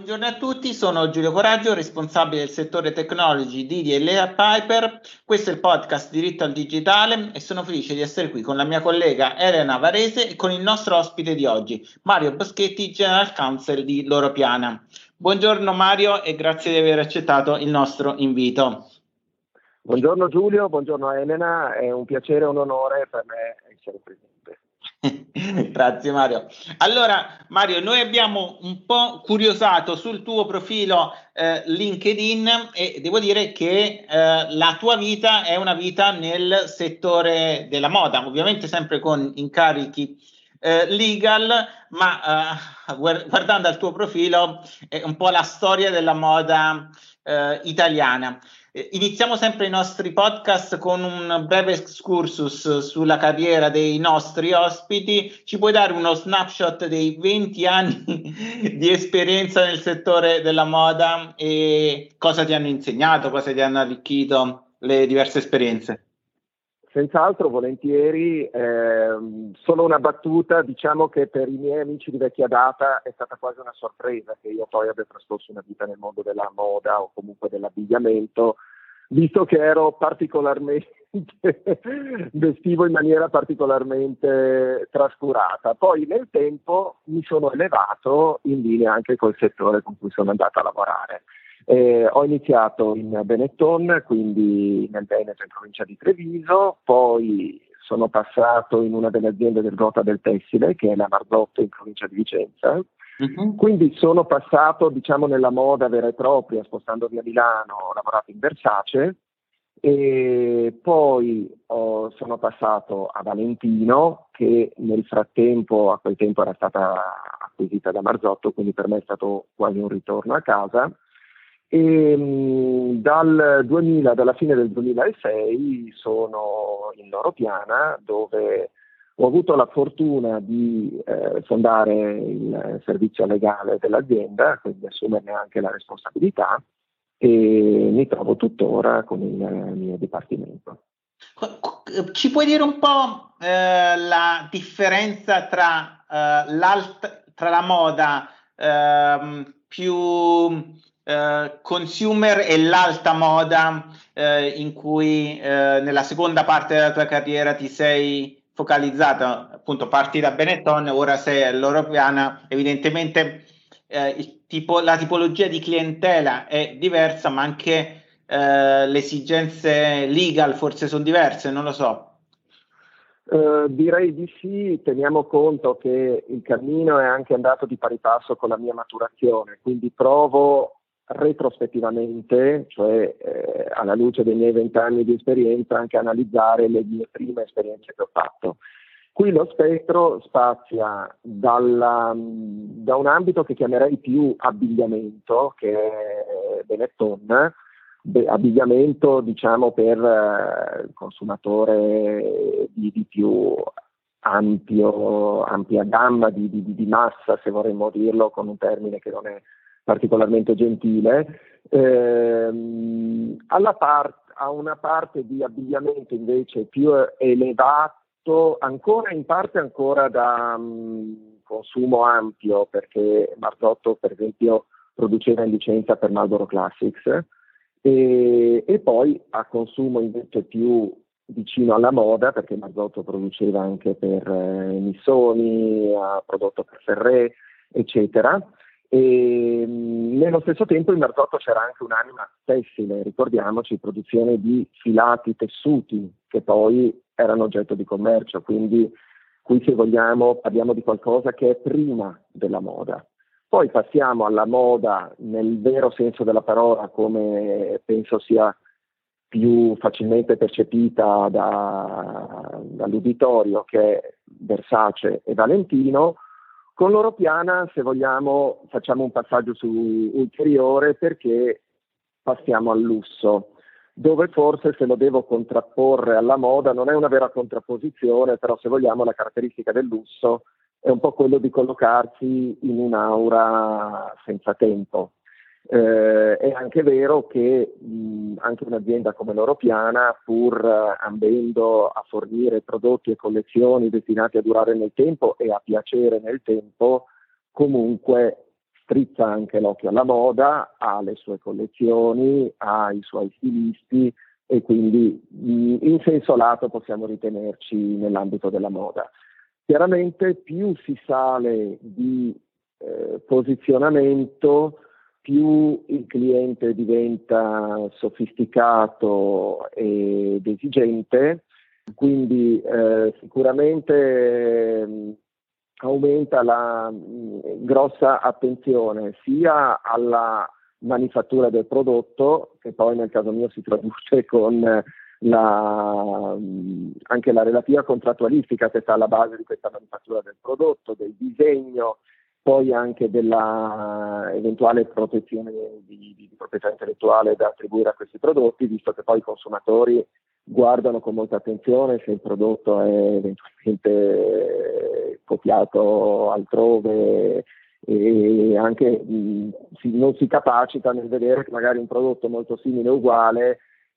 Buongiorno a tutti, sono Giulio Coraggio, responsabile del settore technology di DLA Piper. Questo è il podcast Diritto al Digitale e sono felice di essere qui con la mia collega Elena Varese e con il nostro ospite di oggi, Mario Boschetti, General Counsel di Loro Piana. Buongiorno Mario e grazie di aver accettato il nostro invito. Buongiorno Giulio, buongiorno Elena, è un piacere e un onore per me essere presente. Grazie Mario. Allora Mario, noi abbiamo un po' curiosato sul tuo profilo LinkedIn e devo dire che la tua vita è una vita nel settore della moda, ovviamente sempre con incarichi legal, ma guardando al tuo profilo è un po' la storia della moda italiana. Iniziamo sempre i nostri podcast con un breve excursus sulla carriera dei nostri ospiti. Ci puoi dare uno snapshot dei 20 anni di esperienza nel settore della moda e cosa ti hanno insegnato, cosa ti hanno arricchito le diverse esperienze? Senz'altro, volentieri, solo una battuta, diciamo che per i miei amici di vecchia data è stata quasi una sorpresa che io poi abbia trascorso una vita nel mondo della moda o comunque dell'abbigliamento, visto che ero vestivo in maniera particolarmente trascurata. Poi nel tempo mi sono elevato in linea anche col settore con cui sono andato a lavorare. Ho iniziato in Benetton, quindi nel Veneto in provincia di Treviso, poi sono passato in una delle aziende del Rota del Tessile, che è la Marzotto in provincia di Vicenza. Quindi sono passato, diciamo, nella moda vera e propria, spostandomi a Milano, ho lavorato in Versace e poi sono passato a Valentino, che nel frattempo, a quel tempo era stata acquisita da Marzotto, quindi per me è stato quasi un ritorno a casa. E dalla fine del 2006 sono in Loro Piana, dove ho avuto la fortuna di fondare il servizio legale dell'azienda, quindi assumerne anche la responsabilità, e mi trovo tuttora con il mio dipartimento. Ci puoi dire un po' la differenza tra la moda più consumer e l'alta moda in cui nella seconda parte della tua carriera ti sei focalizzata, appunto parti da Benetton, ora sei a Loro Piana, evidentemente la tipologia di clientela è diversa, ma anche le esigenze legal forse sono diverse, non lo so. Direi di sì, teniamo conto che il cammino è anche andato di pari passo con la mia maturazione, quindi provo retrospettivamente, cioè alla luce dei miei 20 anni di esperienza, anche analizzare le mie prime esperienze che ho fatto. Qui lo spettro spazia da un ambito che chiamerei più abbigliamento, che è Benetton, abbigliamento diciamo per il consumatore di più ampia gamma di massa, se vorremmo dirlo con un termine che non è particolarmente gentile, a una parte di abbigliamento invece più elevato, in parte ancora da consumo ampio, perché Marzotto per esempio produceva in licenza per Marlboro Classics, e poi a consumo invece più vicino alla moda, perché Marzotto produceva anche per Missoni, ha prodotto per Ferré, eccetera. E nello stesso tempo in Marzotto c'era anche un'anima tessile, ricordiamoci, produzione di filati tessuti che poi erano oggetto di commercio, quindi qui se vogliamo parliamo di qualcosa che è prima della moda. Poi passiamo alla moda nel vero senso della parola, come penso sia più facilmente percepita dall'uditorio, che è Versace e Valentino. Con Loro Piana, se vogliamo, facciamo un passaggio ulteriore, perché passiamo al lusso, dove forse, se lo devo contrapporre alla moda, non è una vera contrapposizione, però se vogliamo la caratteristica del lusso è un po' quello di collocarsi in un'aura senza tempo. È anche vero che anche un'azienda come Loro Piana, pur ambendo a fornire prodotti e collezioni destinati a durare nel tempo e a piacere nel tempo, comunque strizza anche l'occhio alla moda, ha le sue collezioni, ha i suoi stilisti, e quindi in senso lato possiamo ritenerci nell'ambito della moda. Chiaramente più si sale di posizionamento, più il cliente diventa sofisticato ed esigente, quindi sicuramente aumenta la grossa attenzione sia alla manifattura del prodotto, che poi nel caso mio si traduce con anche la relativa contrattualistica che sta alla base di questa manifattura del prodotto, del disegno, poi anche della eventuale protezione di proprietà intellettuale da attribuire a questi prodotti, visto che poi i consumatori guardano con molta attenzione se il prodotto è eventualmente copiato altrove, e anche non si capacita nel vedere che magari un prodotto molto simile o uguale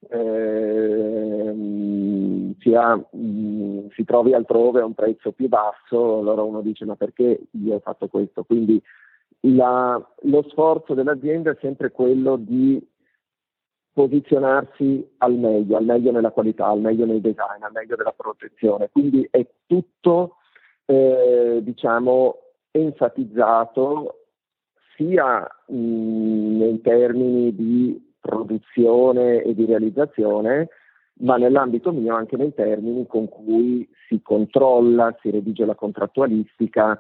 si trovi altrove a un prezzo più basso. Allora uno dice: ma perché io ho fatto questo? Quindi lo sforzo dell'azienda è sempre quello di posizionarsi al meglio nella qualità, al meglio nel design, al meglio della protezione. Quindi è tutto enfatizzato sia nei termini di produzione e di realizzazione, ma nell'ambito mio anche nei termini con cui si controlla, si redige la contrattualistica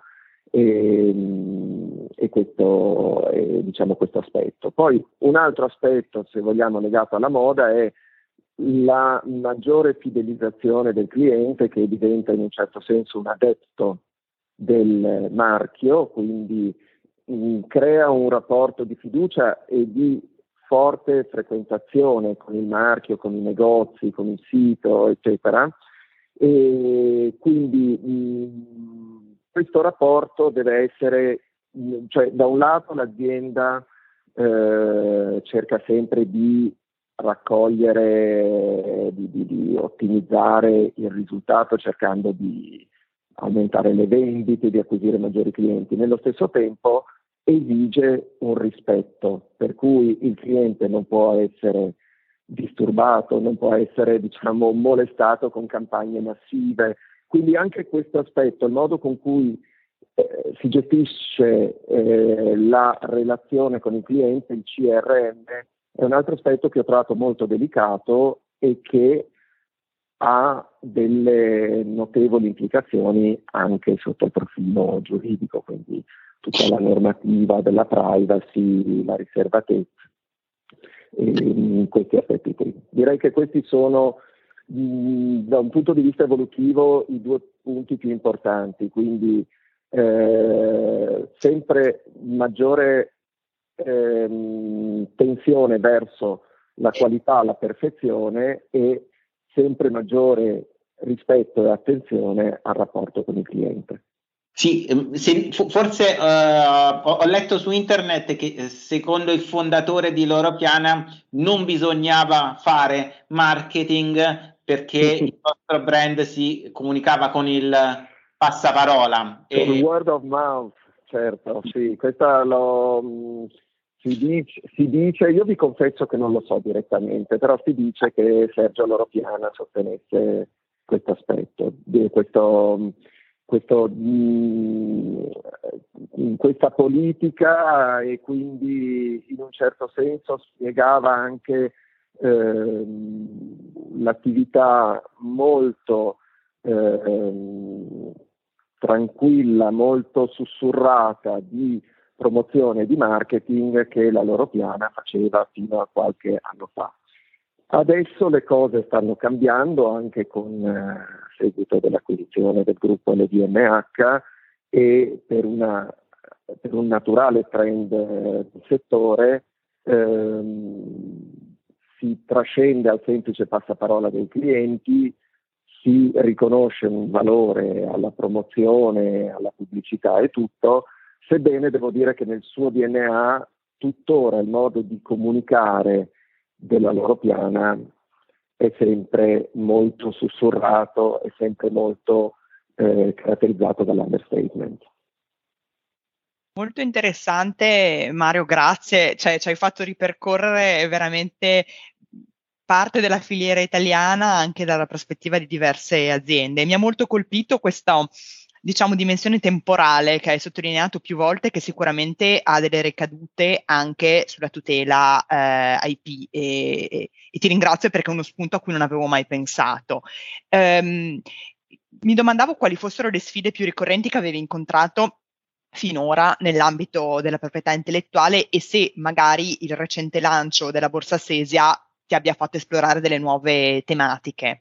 e questo aspetto. Poi un altro aspetto, se vogliamo, legato alla moda è la maggiore fidelizzazione del cliente, che diventa in un certo senso un adepto del marchio, quindi crea un rapporto di fiducia e di forte frequentazione con il marchio, con i negozi, con il sito, eccetera. E quindi questo rapporto deve essere, cioè da un lato l'azienda cerca sempre di raccogliere, di ottimizzare il risultato cercando di aumentare le vendite, di acquisire maggiori clienti. Nello stesso tempo esige un rispetto, per cui il cliente non può essere disturbato, non può essere, molestato con campagne massive. Quindi anche questo aspetto, il modo con cui si gestisce la relazione con il cliente, il CRM, è un altro aspetto che ho trovato molto delicato e che ha delle notevoli implicazioni anche sotto il profilo giuridico, quindi tutta la normativa della privacy, la riservatezza, questi aspetti qui. Direi che questi sono, da un punto di vista evolutivo, i due punti più importanti, quindi sempre maggiore tensione verso la qualità, la perfezione, e sempre maggiore rispetto e attenzione al rapporto con il cliente. Sì, forse ho letto su internet che secondo il fondatore di Loro Piana non bisognava fare marketing perché il nostro brand si comunicava con il passaparola. Con il word of mouth, certo, sì, questa si dice, io vi confesso che non lo so direttamente, però si dice che Sergio Loro Piana sostenesse questo aspetto, questa politica, e quindi in un certo senso spiegava anche l'attività molto tranquilla, molto sussurrata di promozione e di marketing che la Loro Piana faceva fino a qualche anno fa. Adesso le cose stanno cambiando anche con seguito dell'acquisizione del gruppo LVMH, e per un naturale trend del settore si trascende al semplice passaparola dei clienti, si riconosce un valore alla promozione, alla pubblicità e tutto, sebbene devo dire che nel suo DNA tuttora il modo di comunicare della Loro Piana è sempre molto sussurrato, è sempre molto caratterizzato dall'understatement. Molto interessante, Mario, grazie. Cioè, ci hai fatto ripercorrere veramente parte della filiera italiana anche dalla prospettiva di diverse aziende. Mi ha molto colpito questa, diciamo, dimensione temporale che hai sottolineato più volte, che sicuramente ha delle ricadute anche sulla tutela IP e ti ringrazio perché è uno spunto a cui non avevo mai pensato. Mi domandavo quali fossero le sfide più ricorrenti che avevi incontrato finora nell'ambito della proprietà intellettuale e se magari il recente lancio della borsa Sesia ti abbia fatto esplorare delle nuove tematiche.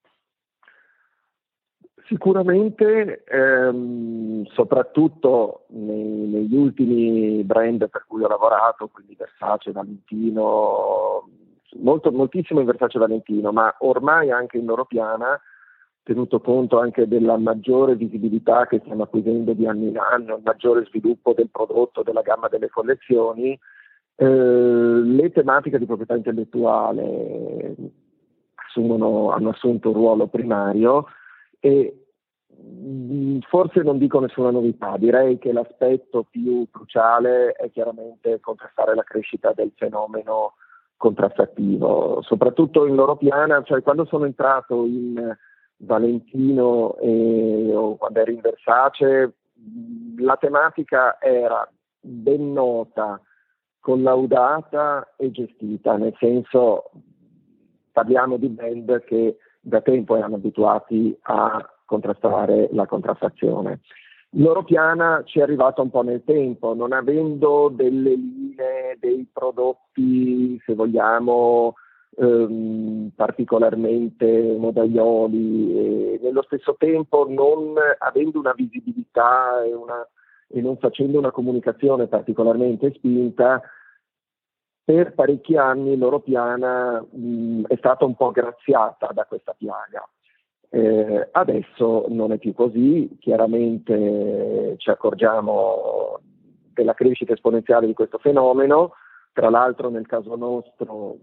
Sicuramente, soprattutto negli ultimi brand per cui ho lavorato, quindi Versace, Valentino, moltissimo in Versace Valentino, ma ormai anche in loro piana, tenuto conto anche della maggiore visibilità che stiamo acquisendo di anno in anno, il maggiore sviluppo del prodotto, della gamma delle collezioni, le tematiche di proprietà intellettuale hanno assunto un ruolo primario e forse non dico nessuna novità, direi che l'aspetto più cruciale è chiaramente contrastare la crescita del fenomeno contrafffattivo, soprattutto in loro piana, cioè quando sono entrato in Valentino o quando ero in Versace, la tematica era ben nota, collaudata e gestita, nel senso parliamo di brand che da tempo erano abituati a contrastare la contraffazione. Loro piana ci è arrivata un po' nel tempo, non avendo delle linee, dei prodotti, se vogliamo, particolarmente modaglioli e nello stesso tempo non avendo una visibilità e non facendo una comunicazione particolarmente spinta. Per parecchi anni Loro Piana è stata un po' graziata da questa piaga. Adesso non è più così, chiaramente ci accorgiamo della crescita esponenziale di questo fenomeno, tra l'altro nel caso nostro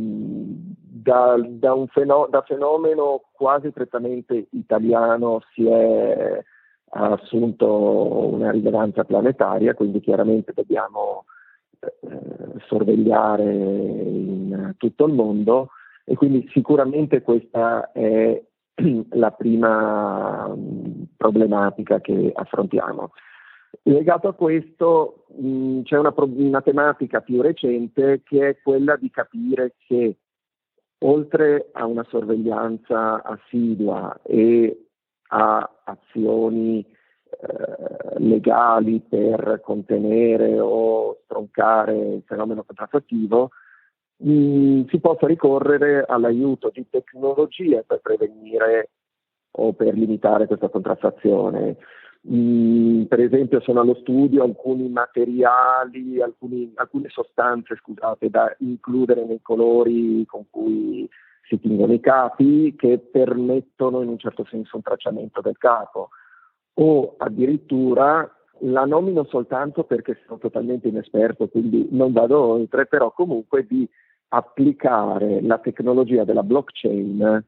da fenomeno quasi prettamente italiano si è assunto una rilevanza planetaria, quindi chiaramente dobbiamo sorvegliare in tutto il mondo e quindi sicuramente questa è la prima problematica che affrontiamo. Legato a questo c'è una tematica più recente che è quella di capire che oltre a una sorveglianza assidua e a azioni legali per contenere o stroncare il fenomeno contrafffattivo, si possa ricorrere all'aiuto di tecnologie per prevenire o per limitare questa contraffazione. Per esempio sono allo studio alcuni materiali, alcune sostanze, scusate, da includere nei colori con cui si tingono i capi che permettono in un certo senso un tracciamento del capo. O addirittura la nomino soltanto perché sono totalmente inesperto, quindi non vado oltre, però comunque di applicare la tecnologia della blockchain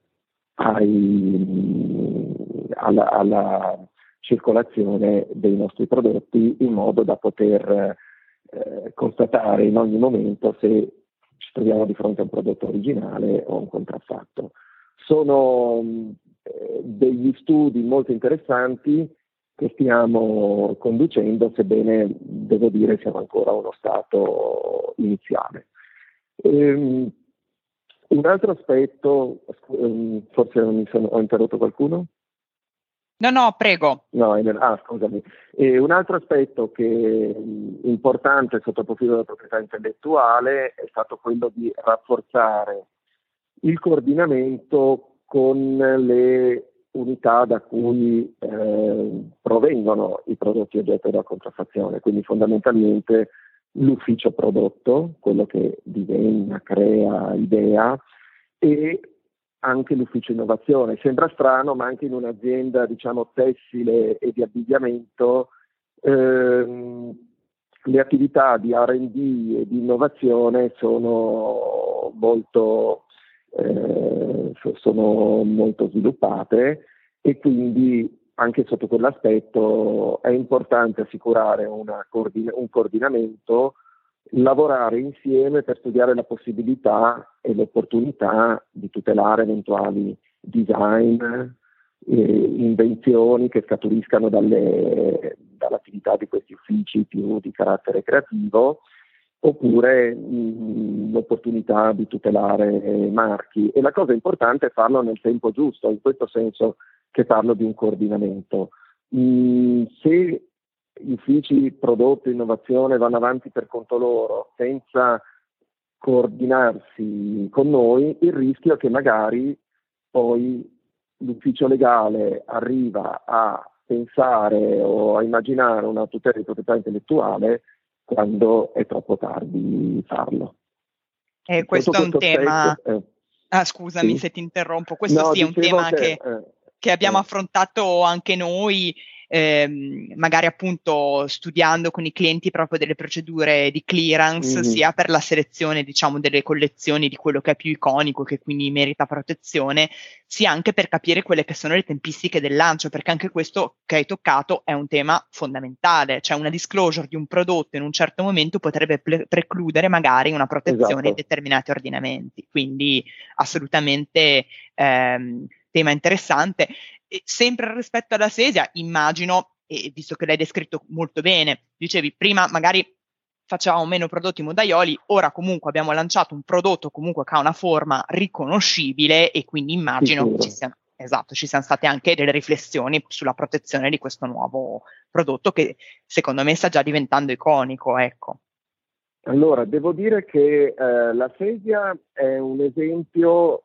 alla circolazione dei nostri prodotti in modo da poter constatare in ogni momento se ci troviamo di fronte a un prodotto originale o un contraffatto. Sono degli studi molto interessanti che stiamo conducendo, sebbene devo dire siamo ancora a uno stato iniziale. Un altro aspetto, forse ho interrotto qualcuno? No, prego. No, scusami. Un altro aspetto che è importante sotto il profilo della proprietà intellettuale è stato quello di rafforzare il coordinamento con le unità da cui provengono i prodotti oggetto della contraffazione, quindi fondamentalmente l'ufficio prodotto, quello che disegna, crea, idea, e anche l'ufficio innovazione. Sembra strano, ma anche in un'azienda, diciamo, tessile e di abbigliamento, le attività di R&D e di innovazione sono molto sviluppate e quindi anche sotto quell'aspetto è importante assicurare un coordinamento, lavorare insieme per studiare la possibilità e l'opportunità di tutelare eventuali design, invenzioni che scaturiscano dall'attività di questi uffici più di carattere creativo, oppure l'opportunità di tutelare marchi. E la cosa importante è farlo nel tempo giusto, in questo senso che parlo di un coordinamento. Se gli uffici prodotto e innovazione vanno avanti per conto loro senza coordinarsi con noi, il rischio è che magari poi l'ufficio legale arriva a pensare o a immaginare una tutela di proprietà intellettuale quando è troppo tardi farlo. Questo è un tema... scusami se ti interrompo, questo sì è un tema che abbiamo affrontato anche noi, magari appunto studiando con i clienti proprio delle procedure di clearance, sia per la selezione, diciamo, delle collezioni di quello che è più iconico, che quindi merita protezione, sia anche per capire quelle che sono le tempistiche del lancio, perché anche questo che hai toccato è un tema fondamentale, cioè una disclosure di un prodotto in un certo momento potrebbe precludere magari una protezione in determinati ordinamenti, quindi assolutamente tema interessante. Sempre rispetto alla Sesia, immagino, e visto che l'hai descritto molto bene, dicevi prima magari facevamo meno prodotti modaioli, ora comunque abbiamo lanciato un prodotto comunque che ha una forma riconoscibile e quindi immagino che ci siano state anche delle riflessioni sulla protezione di questo nuovo prodotto che secondo me sta già diventando iconico, ecco. Allora, devo dire che la Sesia è un esempio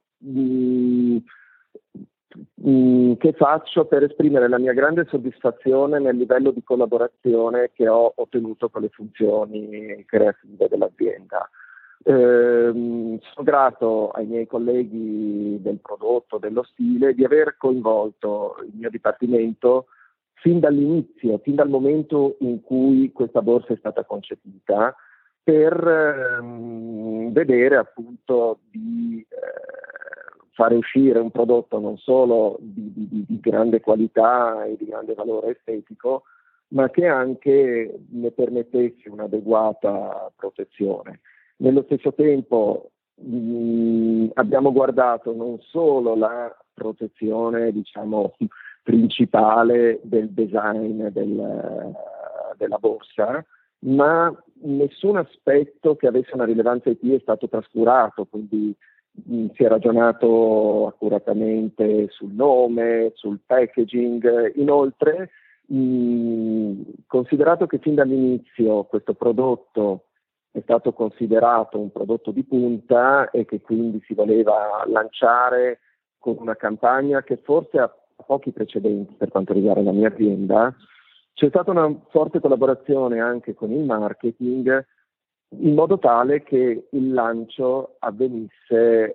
che faccio per esprimere la mia grande soddisfazione nel livello di collaborazione che ho ottenuto con le funzioni creative dell'azienda. Sono grato ai miei colleghi del prodotto, dello stile, di aver coinvolto il mio dipartimento fin dall'inizio, fin dal momento in cui questa borsa è stata concepita, per vedere appunto di fare uscire un prodotto non solo di grande qualità e di grande valore estetico, ma che anche ne permettesse un'adeguata protezione. Nello stesso tempo abbiamo guardato non solo la protezione, diciamo, principale del design della borsa, ma nessun aspetto che avesse una rilevanza IT è stato trascurato, quindi si è ragionato accuratamente sul nome, sul packaging. Inoltre, considerato che fin dall'inizio questo prodotto è stato considerato un prodotto di punta e che quindi si voleva lanciare con una campagna che forse ha pochi precedenti per quanto riguarda la mia azienda, c'è stata una forte collaborazione anche con il marketing, in modo tale che il lancio avvenisse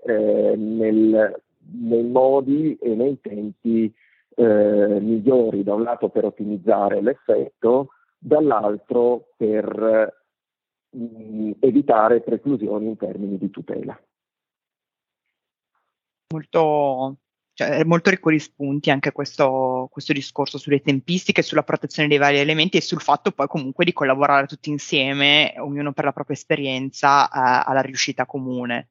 nei modi e nei tempi migliori, da un lato per ottimizzare l'effetto, dall'altro per evitare preclusioni in termini di tutela. Molto ricco di spunti anche questo discorso sulle tempistiche, sulla protezione dei vari elementi e sul fatto poi comunque di collaborare tutti insieme, ognuno per la propria esperienza, alla riuscita comune.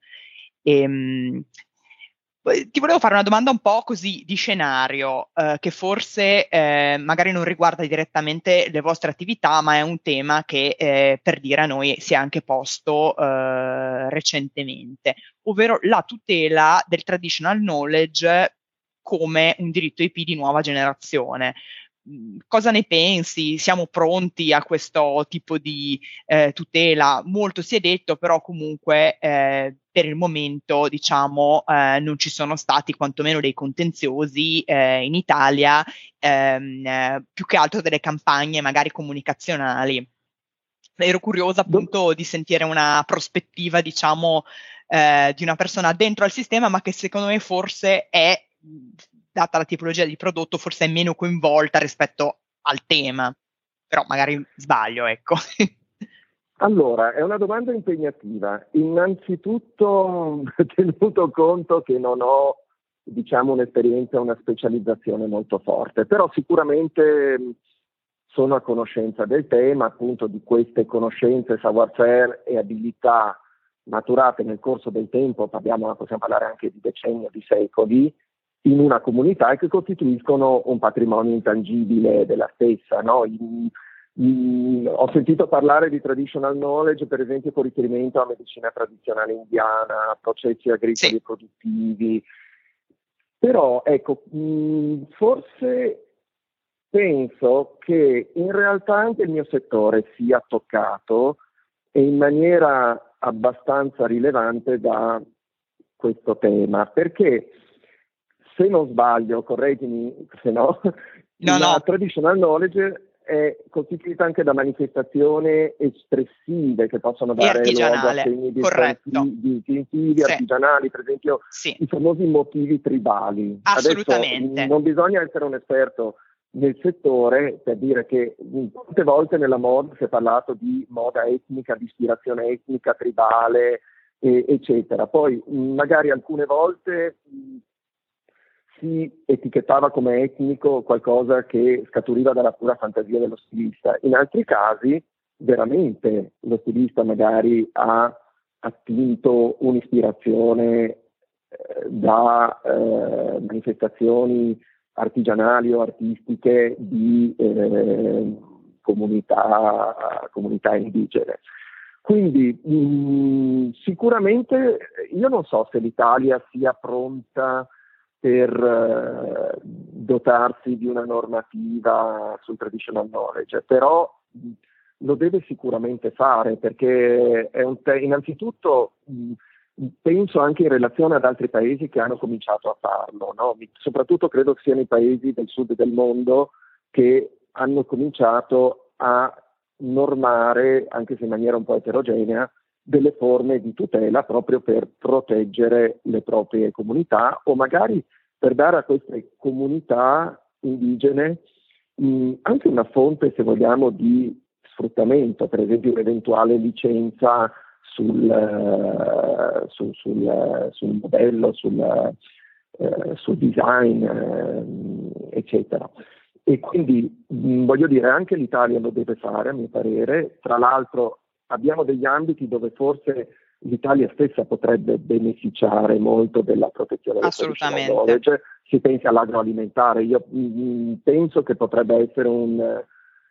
Ti volevo fare una domanda un po' così di scenario, che forse magari non riguarda direttamente le vostre attività, ma è un tema che per dire a noi si è anche posto recentemente, ovvero la tutela del traditional knowledge come un diritto IP di nuova generazione. Cosa ne pensi? Siamo pronti a questo tipo di tutela? Molto si è detto, però comunque per il momento, diciamo, non ci sono stati quantomeno dei contenziosi in Italia, più che altro delle campagne magari comunicazionali. Ero curiosa appunto di sentire una prospettiva, diciamo, di una persona dentro al sistema, ma che secondo me forse è, data la tipologia di prodotto, forse è meno coinvolta rispetto al tema, però magari sbaglio, ecco. Allora, è una domanda impegnativa. Innanzitutto, tenuto conto che non ho diciamo, un'esperienza, una specializzazione molto forte, però sicuramente sono a conoscenza del tema, appunto di queste conoscenze, savoir-faire e abilità maturate nel corso del tempo, possiamo parlare anche di decenni o di secoli, in una comunità e che costituiscono un patrimonio intangibile della stessa, no? Ho sentito parlare di traditional knowledge, per esempio, con riferimento alla medicina tradizionale indiana, processi agricoli e produttivi, però ecco, forse penso che in realtà anche il mio settore sia toccato e in maniera abbastanza rilevante da questo tema, perché se non sbaglio, correggimi se no, la traditional knowledge è costituita anche da manifestazioni espressive che possono dare luogo a segni distintivi, artigianali, per esempio i famosi motivi tribali. Assolutamente. Adesso non bisogna essere un esperto nel settore per dire che tante volte nella moda si è parlato di moda etnica, di ispirazione etnica, tribale, eccetera. Poi magari alcune volte si etichettava come etnico qualcosa che scaturiva dalla pura fantasia dello stilista. In altri casi, veramente, lo stilista magari ha attinto un'ispirazione da manifestazioni artigianali o artistiche di comunità indigene. Quindi sicuramente io non so se l'Italia sia pronta per dotarsi di una normativa sul traditional knowledge, però lo deve sicuramente fare, perché è innanzitutto penso anche in relazione ad altri paesi che hanno cominciato a farlo, no? Soprattutto credo che siano i paesi del sud del mondo che hanno cominciato a normare, anche se in maniera un po' eterogenea, delle forme di tutela proprio per proteggere le proprie comunità o magari per dare a queste comunità indigene anche una fonte, se vogliamo, di sfruttamento, per esempio un'eventuale licenza sul modello, sul design, eccetera. E quindi voglio dire, anche l'Italia lo deve fare, a mio parere. Tra l'altro abbiamo degli ambiti dove forse l'Italia stessa potrebbe beneficiare molto della protezione del traditional knowledge. Si pensi all'agroalimentare. Io penso che potrebbe essere un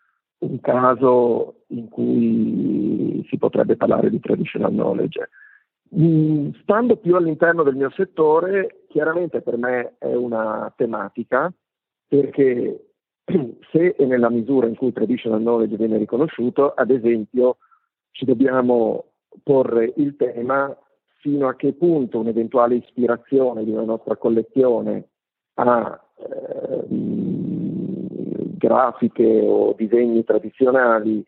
caso in cui si potrebbe parlare di traditional knowledge. Stando più all'interno del mio settore, chiaramente per me è una tematica, perché se e nella misura in cui traditional knowledge viene riconosciuto, ad esempio, ci dobbiamo porre il tema fino a che punto un'eventuale ispirazione di una nostra collezione a grafiche o disegni tradizionali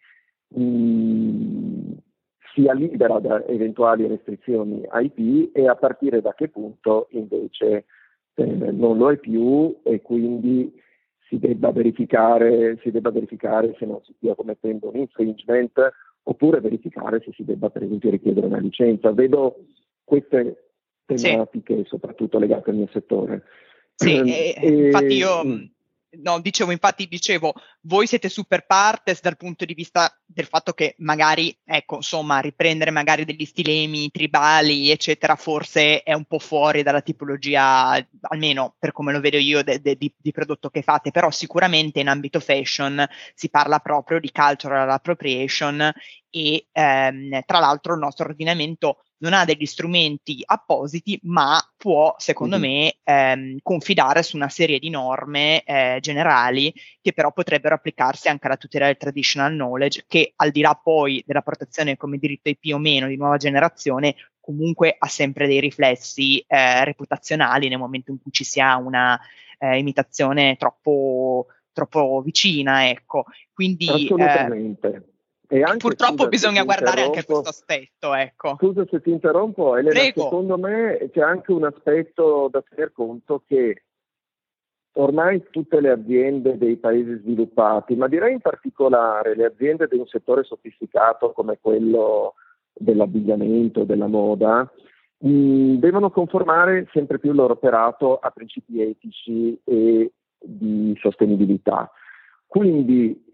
sia libera da eventuali restrizioni IP e a partire da che punto invece non lo è più, e quindi si debba verificare se non si stia commettendo un infringement, oppure verificare se si debba per esempio richiedere una licenza. Vedo queste tematiche soprattutto legate al mio settore. Infatti dicevo, voi siete super partes dal punto di vista del fatto che magari, riprendere magari degli stilemi tribali, eccetera, forse è un po' fuori dalla tipologia, almeno per come lo vedo io, di prodotto che fate, però sicuramente in ambito fashion si parla proprio di cultural appropriation e tra l'altro il nostro ordinamento non ha degli strumenti appositi, ma può, secondo me, confidare su una serie di norme generali che però potrebbero applicarsi anche alla tutela del traditional knowledge, che al di là poi della protezione come diritto IP o meno di nuova generazione, comunque ha sempre dei riflessi reputazionali nel momento in cui ci sia una imitazione troppo vicina, ecco. Quindi assolutamente. E anche, purtroppo bisogna guardare anche questo aspetto, ecco. Scusa se ti interrompo, Elena. Prego. Secondo me c'è anche un aspetto da tener conto, che ormai tutte le aziende dei paesi sviluppati, ma direi in particolare le aziende di un settore sofisticato come quello dell'abbigliamento, della moda, devono conformare sempre più il loro operato a principi etici e di sostenibilità. Quindi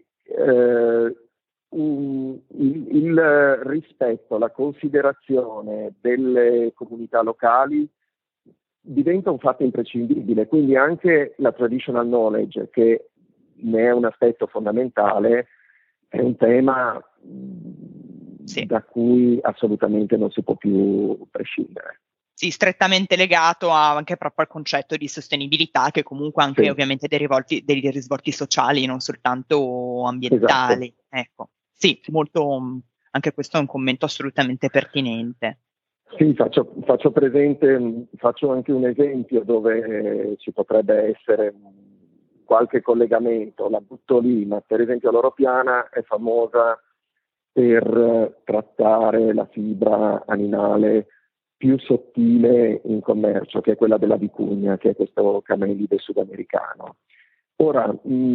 il rispetto, la considerazione delle comunità locali diventa un fatto imprescindibile, quindi anche la traditional knowledge, che ne è un aspetto fondamentale, è un tema da cui assolutamente non si può più prescindere. Sì, strettamente legato anche proprio al concetto di sostenibilità, che comunque anche ovviamente dei risvolti sociali, non soltanto ambientali. Esatto. Ecco, sì, molto, anche questo è un commento assolutamente pertinente. Sì, faccio presente, faccio anche un esempio dove ci potrebbe essere qualche collegamento, la butto lì, ma per esempio Loro Piana è famosa per trattare la fibra animale più sottile in commercio, che è quella della vicuña, che è questo camelide sudamericano. Ora,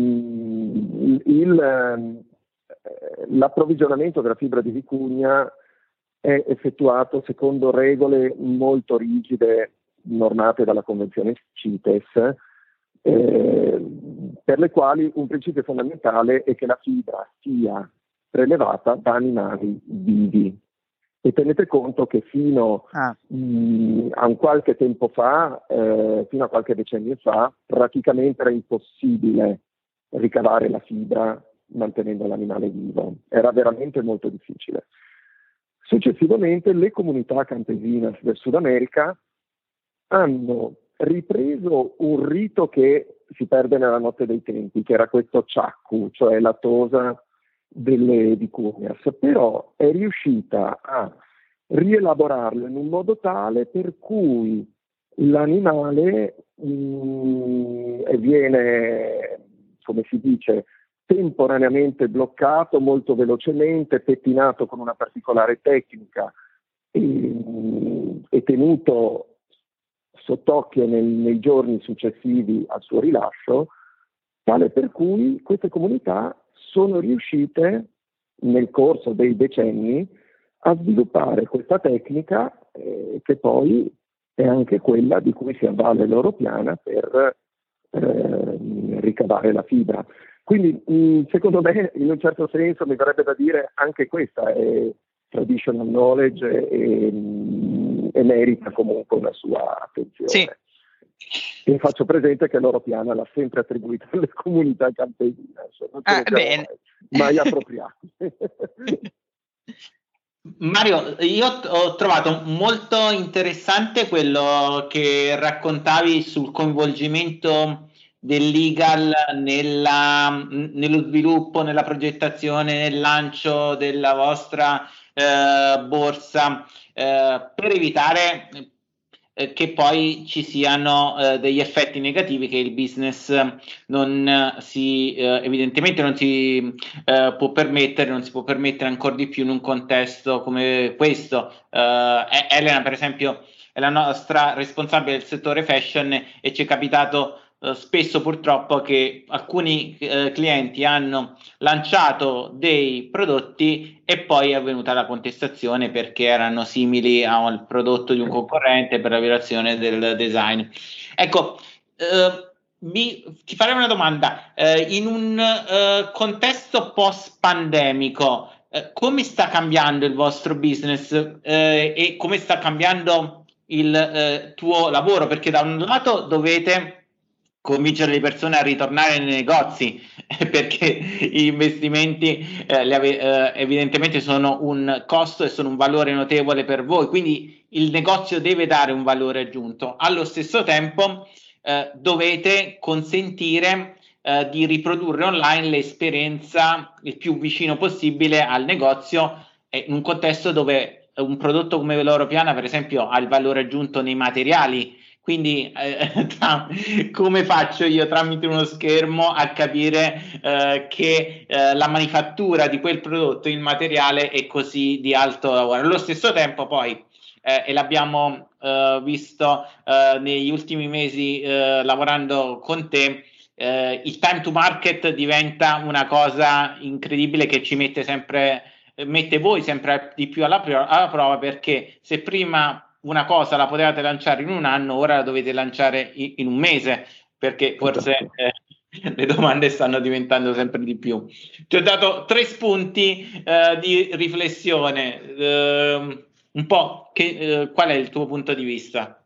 l'approvvigionamento della fibra di vicuña è effettuato secondo regole molto rigide, normate dalla Convenzione CITES, per le quali un principio fondamentale è che la fibra sia prelevata da animali vivi. E tenete conto che fino a un qualche tempo fa, fino a qualche decennio fa, praticamente era impossibile ricavare la fibra mantenendo l'animale vivo. Era veramente molto difficile. Successivamente le comunità campesinas del Sud America hanno ripreso un rito che si perde nella notte dei tempi, che era questo chacu, cioè la tosa delle vicuñas, però è riuscita a rielaborarlo in un modo tale per cui l'animale viene, come si dice, temporaneamente bloccato molto velocemente, pettinato con una particolare tecnica e tenuto sott'occhio nei giorni successivi al suo rilascio, tale per cui queste comunità sono riuscite nel corso dei decenni a sviluppare questa tecnica che poi è anche quella di cui si avvale Loro Piana per ricavare la fibra. Quindi secondo me, in un certo senso, mi verrebbe da dire anche questa è traditional knowledge e merita comunque una sua attenzione. Sì. E faccio presente che Loro Piana l'ha sempre attribuita alle comunità campesine, non ce ne siamo mai appropriati. Mario, io ho trovato molto interessante quello che raccontavi sul coinvolgimento dell'Igal nello sviluppo, nella progettazione, nel lancio della vostra borsa, per evitare che poi ci siano degli effetti negativi che il business evidentemente non si può permettere, non si può permettere ancora di più in un contesto come questo. Elena, per esempio, è la nostra responsabile del settore fashion e ci è capitato spesso purtroppo che alcuni clienti hanno lanciato dei prodotti e poi è avvenuta la contestazione perché erano simili al prodotto di un concorrente per la violazione del design. Ecco, ti farei una domanda. In un contesto post-pandemico, come sta cambiando il vostro business e come sta cambiando il tuo lavoro? Perché da un lato dovete convincere le persone a ritornare nei negozi perché gli investimenti evidentemente sono un costo e sono un valore notevole per voi, quindi il negozio deve dare un valore aggiunto. Allo stesso tempo dovete consentire di riprodurre online l'esperienza il più vicino possibile al negozio in un contesto dove un prodotto come Loro Piana, per esempio, ha il valore aggiunto nei materiali. Quindi come faccio io tramite uno schermo a capire che la manifattura di quel prodotto, il materiale è così di alto lavoro? Allo stesso tempo poi, e l'abbiamo visto negli ultimi mesi lavorando con te, il time to market diventa una cosa incredibile che ci mette voi sempre di più alla prova, perché se prima una cosa la potevate lanciare in un anno, ora la dovete lanciare in un mese, perché forse le domande stanno diventando sempre di più. Ti ho dato 3 spunti di riflessione, un po' qual è il tuo punto di vista?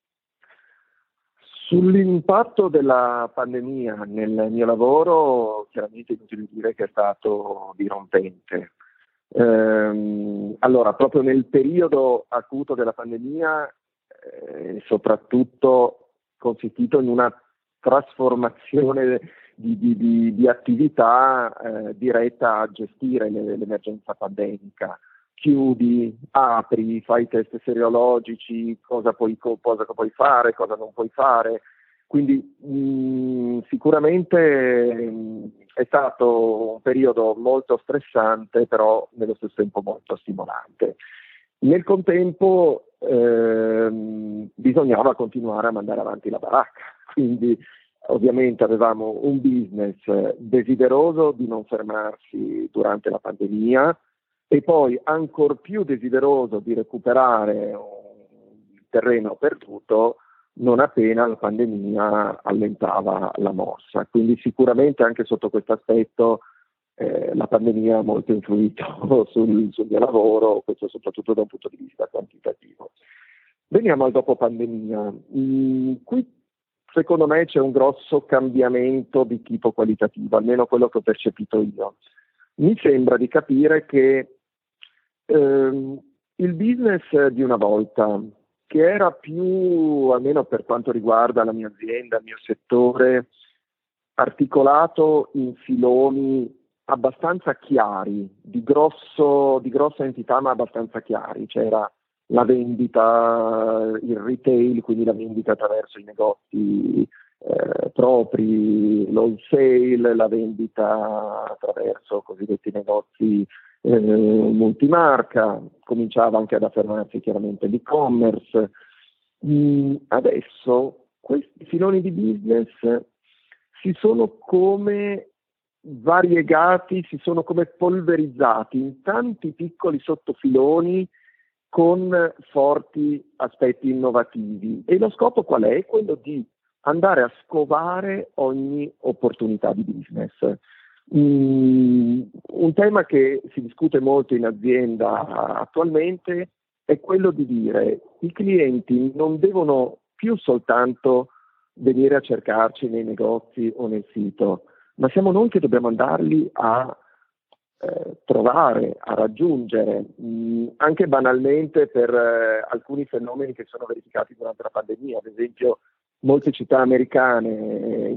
Sull'impatto della pandemia nel mio lavoro, chiaramente inutile dire che è stato dirompente. Allora, proprio nel periodo acuto della pandemia, soprattutto consistito in una trasformazione di attività diretta a gestire l'emergenza pandemica. Chiudi, apri, fai test seriologici, cosa puoi fare, cosa non puoi fare. Quindi sicuramente è stato un periodo molto stressante, però nello stesso tempo molto stimolante. Nel contempo bisognava continuare a mandare avanti la baracca, quindi ovviamente avevamo un business desideroso di non fermarsi durante la pandemia, e poi ancor più desideroso di recuperare il terreno perduto non appena la pandemia allentava la mossa. Quindi sicuramente anche sotto questo aspetto la pandemia ha molto influito sul mio lavoro, questo soprattutto da un punto di vista quantitativo. Veniamo al dopo pandemia. Qui secondo me c'è un grosso cambiamento di tipo qualitativo, almeno quello che ho percepito io. Mi sembra di capire che il business di una volta, che era più, almeno per quanto riguarda la mia azienda, il mio settore, articolato in filoni abbastanza chiari, di grossa entità ma abbastanza chiari. C'era la vendita, il retail, quindi la vendita attraverso i negozi propri, l'wholesale, la vendita attraverso cosiddetti negozi multimarca, cominciava anche ad affermarsi chiaramente l'e-commerce. Adesso questi filoni di business si sono come variegati, si sono come polverizzati in tanti piccoli sottofiloni con forti aspetti innovativi. E lo scopo qual è? Quello di andare a scovare ogni opportunità di business. Un tema che si discute molto in azienda attualmente è quello di dire: i clienti non devono più soltanto venire a cercarci nei negozi o nel sito, ma siamo noi che dobbiamo andarli a trovare, a raggiungere, anche banalmente per alcuni fenomeni che sono verificati durante la pandemia. Ad esempio, in molte città americane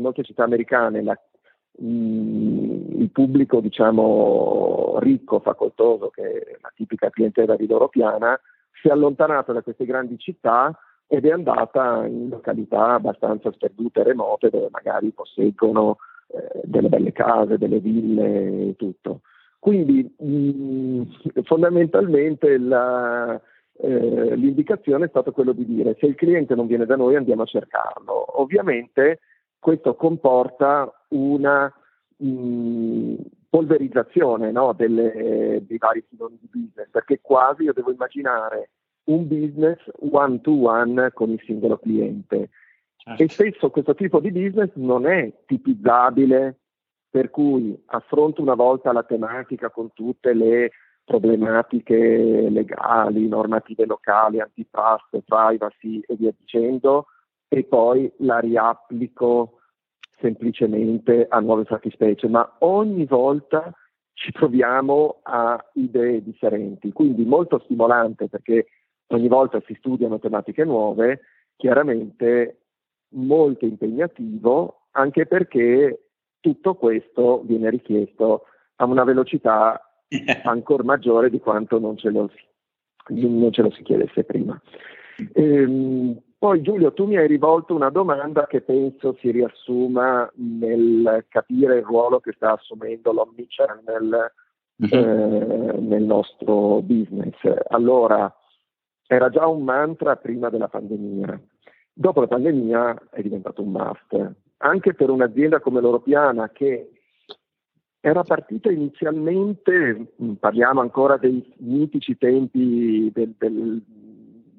il pubblico, diciamo, ricco, facoltoso, che è la tipica clientela di loro piana, si è allontanato da queste grandi città ed è andata in località abbastanza sperdute e remote, dove magari posseggono delle belle case, delle ville e tutto. Quindi fondamentalmente l'indicazione è stata quello di dire: se il cliente non viene da noi, andiamo a cercarlo. Ovviamente questo comporta una polverizzazione, no, dei vari filoni di business, perché quasi io devo immaginare un business one to one con il singolo cliente. Certo. E spesso questo tipo di business non è tipizzabile, per cui affronto una volta la tematica con tutte le problematiche legali, normative locali, antitrust, privacy e via dicendo, e poi la riapplico semplicemente a nuove fattispecie, ma ogni volta ci troviamo a idee differenti, quindi molto stimolante, perché ogni volta si studiano tematiche nuove, chiaramente molto impegnativo, anche perché tutto questo viene richiesto a una velocità ancora maggiore di quanto non ce lo si chiedesse prima. Poi Giulio, tu mi hai rivolto una domanda che penso si riassuma nel capire il ruolo che sta assumendo l'omnichannel nel nostro business. Allora, era già un mantra prima della pandemia. Dopo la pandemia è diventato un must, anche per un'azienda come l'Europiana, che era partita inizialmente, parliamo ancora dei mitici tempi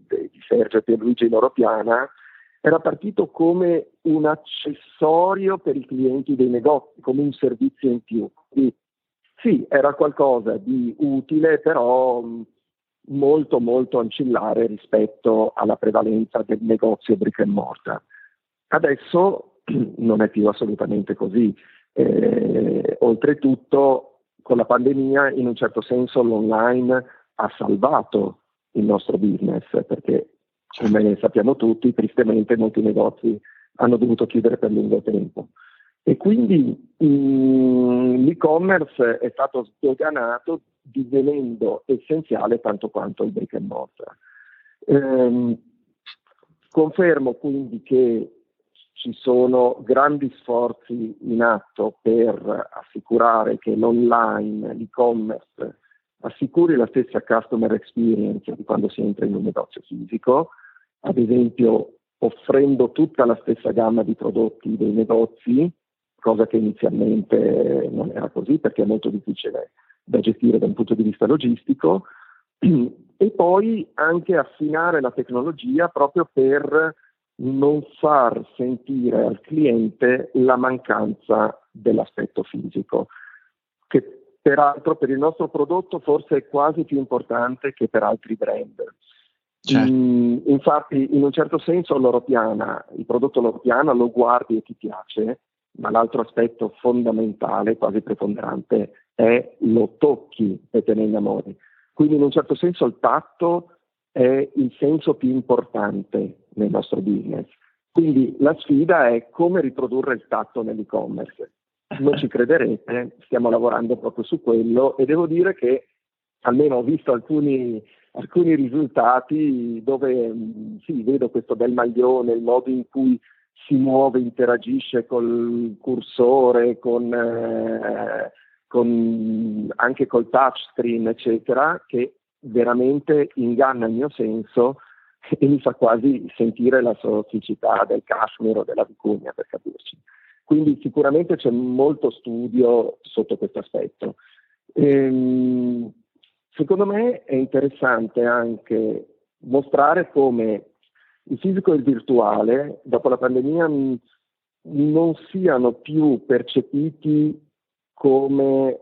di Sergio e Pierluigi Loro Piana, era partito come un accessorio per i clienti dei negozi, come un servizio in più. Quindi, sì, era qualcosa di utile, però molto molto ancillare rispetto alla prevalenza del negozio brick and mortar. Adesso non è più assolutamente così. Oltretutto, con la pandemia, in un certo senso l'online ha salvato il nostro business, perché come sappiamo tutti, tristemente molti negozi hanno dovuto chiudere per lungo tempo. E quindi l'e-commerce è stato sdoganato, divenendo essenziale tanto quanto il brick and mortar. Confermo quindi che ci sono grandi sforzi in atto per assicurare che l'online, l'e-commerce, assicuri la stessa customer experience di quando si entra in un negozio fisico, ad esempio offrendo tutta la stessa gamma di prodotti dei negozi, cosa che inizialmente non era così perché è molto difficile da gestire da un punto di vista logistico, e poi anche affinare la tecnologia proprio per non far sentire al cliente la mancanza dell'aspetto fisico, che peraltro per il nostro prodotto forse è quasi più importante che per altri brand. Certo. Infatti, in un certo senso Loro Piana, il prodotto Loro Piana lo guardi e ti piace, ma l'altro aspetto fondamentale, quasi preponderante, è lo tocchi e te ne innamori. Quindi in un certo senso il tatto è il senso più importante nel nostro business. Quindi la sfida è come riprodurre il tatto nell'e-commerce. Non ci crederete, stiamo lavorando proprio su quello e devo dire che almeno ho visto alcuni risultati dove sì, vedo questo bel maglione, il modo in cui si muove, interagisce col cursore, anche col touchscreen, eccetera, che veramente inganna il mio senso e mi fa quasi sentire la sofficità del cashmere o della vicuña, per capirci. Quindi sicuramente c'è molto studio sotto questo aspetto. Secondo me è interessante anche mostrare come il fisico e il virtuale, dopo la pandemia, non siano più percepiti come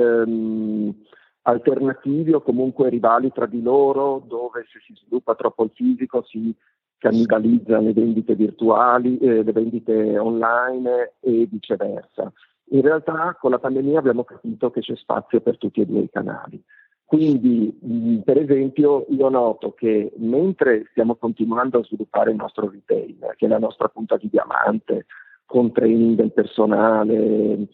alternativi o comunque rivali tra di loro, dove se si sviluppa troppo il fisico si cannibalizzano le vendite virtuali, le vendite online e viceversa. In realtà con la pandemia abbiamo capito che c'è spazio per tutti e due i canali. Quindi, per esempio, io noto che mentre stiamo continuando a sviluppare il nostro retail, che è la nostra punta di diamante, con training del personale,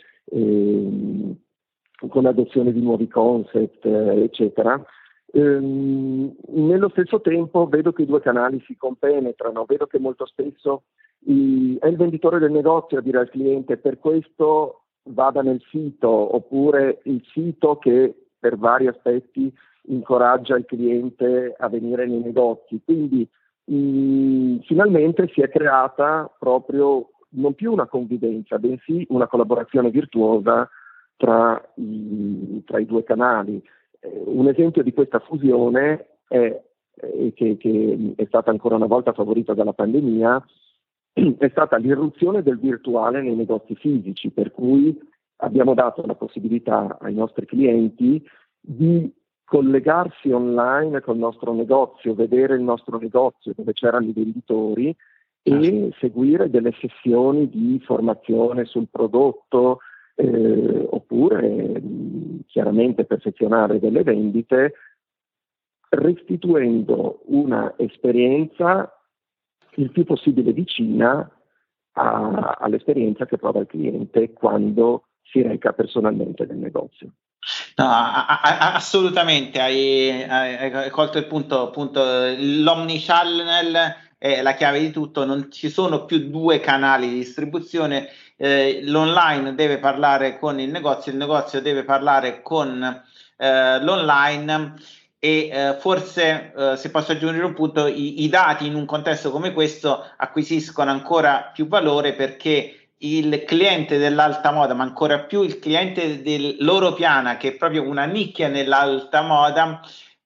con l'adozione di nuovi concept, eccetera, nello stesso tempo vedo che i due canali si compenetrano, vedo che molto spesso è il venditore del negozio a dire al cliente per questo vada nel sito, oppure il sito che per vari aspetti incoraggia il cliente a venire nei negozi. Quindi finalmente si è creata proprio non più una convivenza, bensì una collaborazione virtuosa tra i due canali. Un esempio di questa fusione che è stata ancora una volta favorita dalla pandemia è stata l'irruzione del virtuale nei negozi fisici, per cui abbiamo dato la possibilità ai nostri clienti di collegarsi online col nostro negozio, vedere il nostro negozio dove c'erano i venditori e seguire delle sessioni di formazione sul prodotto, oppure chiaramente perfezionare delle vendite, restituendo una esperienza il più possibile vicina all'esperienza che prova il cliente quando si reca personalmente nel negozio. No, assolutamente, hai colto il punto, appunto, l'omnichannel è la chiave di tutto, non ci sono più due canali di distribuzione, l'online deve parlare con il negozio deve parlare con l'online e forse, se posso aggiungere un punto, i dati in un contesto come questo acquisiscono ancora più valore perché il cliente dell'alta moda, ma ancora più il cliente del Loro Piana, che è proprio una nicchia nell'alta moda,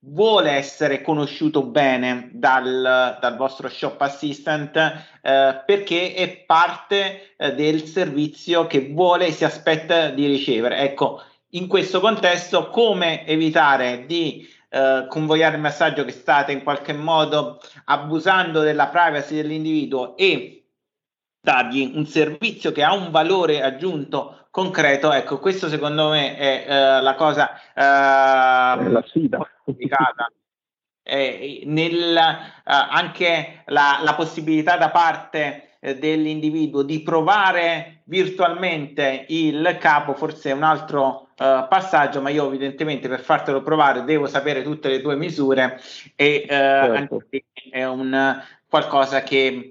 vuole essere conosciuto bene dal vostro shop assistant perché è parte del servizio che vuole e si aspetta di ricevere. Ecco, in questo contesto, come evitare di convogliare il messaggio che state in qualche modo abusando della privacy dell'individuo e dargli un servizio che ha un valore aggiunto concreto. Ecco, questo secondo me è la cosa la sfida complicata. Anche la possibilità da parte dell'individuo di provare virtualmente il capo forse è un altro passaggio, ma io evidentemente per fartelo provare devo sapere tutte le tue misure e certo. anche è un qualcosa che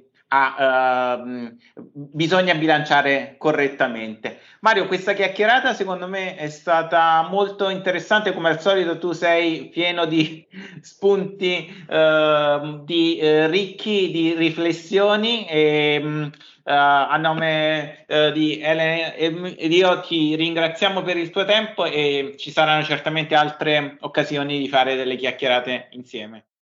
bisogna bilanciare correttamente. Mario, questa chiacchierata secondo me è stata molto interessante, come al solito tu sei pieno di spunti ricchi di riflessioni e a nome di Elena ed io ti ringraziamo per il tuo tempo e ci saranno certamente altre occasioni di fare delle chiacchierate insieme.